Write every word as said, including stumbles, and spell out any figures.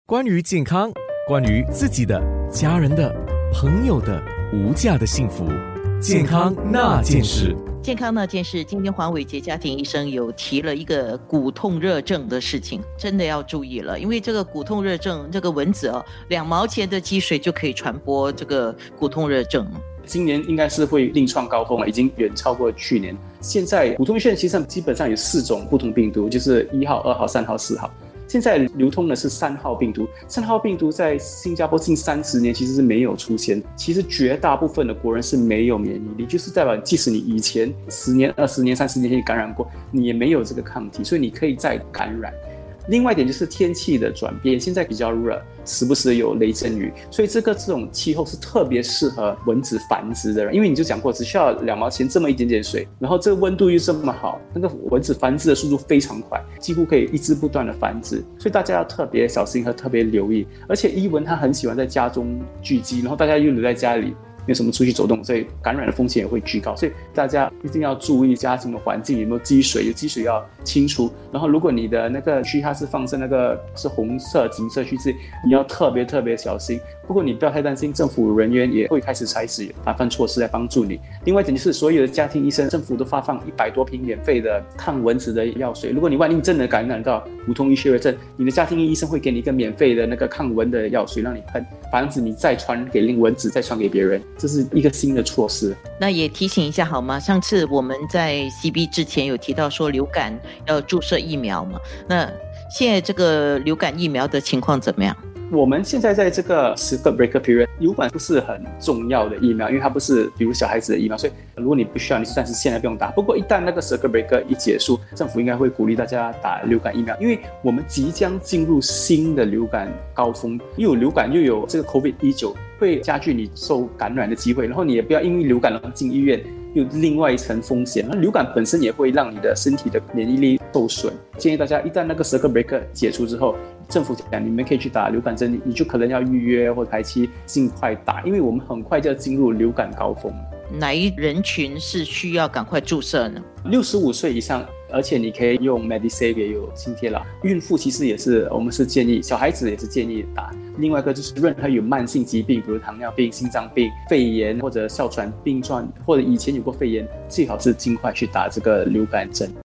关于健康，关于自己的、家人的、朋友的无价的幸福，健康那件事。 健康那件事，今天黄伟杰家庭医生有提了一个骨痛热症的事情，真的要注意了，因为这个骨痛热症，这个蚊子哦，两毛钱的积水就可以传播这个骨痛热症。 今年应该是会另创高峰了，已经远超过去年。现在骨痛医院其实基本上有四种不同病毒，就是一号、二号、三号、四号。现在流通的是三号病毒，三号病毒在新加坡近三十年其实是没有出现。其实绝大部分的国人是没有免疫力，就是代表即使你以前十年、二十年、三十年前感染过，你也没有这个抗体，所以你可以再感染。另外一点就是天气的转变，现在比较热，时不时有雷阵雨，所以这个这种气候是特别适合蚊子繁殖的人。因为你就讲过，只需要两毛钱这么一点点水，然后这个温度又这么好，那个蚊子繁殖的速度非常快，几乎可以一直不断的繁殖，所以大家要特别小心和特别留意。而且伊蚊它很喜欢在家中聚集，然后大家又留在家里，没有什么出去走动，所以感染的风险也会居高。所以大家一定要注意家庭的环境有没有积水，有积水要清除。然后如果你的那个区它是放射那个是红色、金色区域，你要特别特别小心。不过你不要太担心，政府人员也会开始采取防范措施来帮助你。另外一点就是所有的家庭医生，政府都发放一百多瓶免费的抗蚊子的药水。如果你万一真的感染到骨痛医血热症，你的家庭医生会给你一个免费的那个抗蚊的药水让你喷，防止你再传给另蚊子，再传给别人。这是一个新的措施。 那也提醒一下好吗？上次我们在 C B 之前有提到说流感要注射疫苗嘛，那现在这个流感疫苗的情况怎么样？ 我们现在在这个 circuit breaker period， 流感不是很重要的疫苗，因为它不是比如小孩子的疫苗，所以如果你不需要，你暂时现在不用打。不过一旦那个 circuit breaker 一结束，政府应该会鼓励大家打流感疫苗，因为我们即将进入新的流感高峰，又有流感又有这个 COVID 十九， 会加剧你受感染的机会，然后你也不要因为流感然后进医院，有另外一层风险。那流感本身也会让你的身体的免疫力受损。建议大家一旦那个 circuit breaker 解除之后，政府讲你们可以去打流感针，你就可能要预约或排期，尽快打，因为我们很快就要进入流感高峰。 哪一人群是需要赶快注射呢？ 六十五岁以上，而且你可以用 Medisave 也有津贴了。孕妇其实也是，我们是建议，小孩子也是建议打。另外一个就是任何有慢性疾病，比如糖尿病、心脏病、肺炎或者哮喘病状，或者以前有过肺炎，最好是尽快去打这个流感针。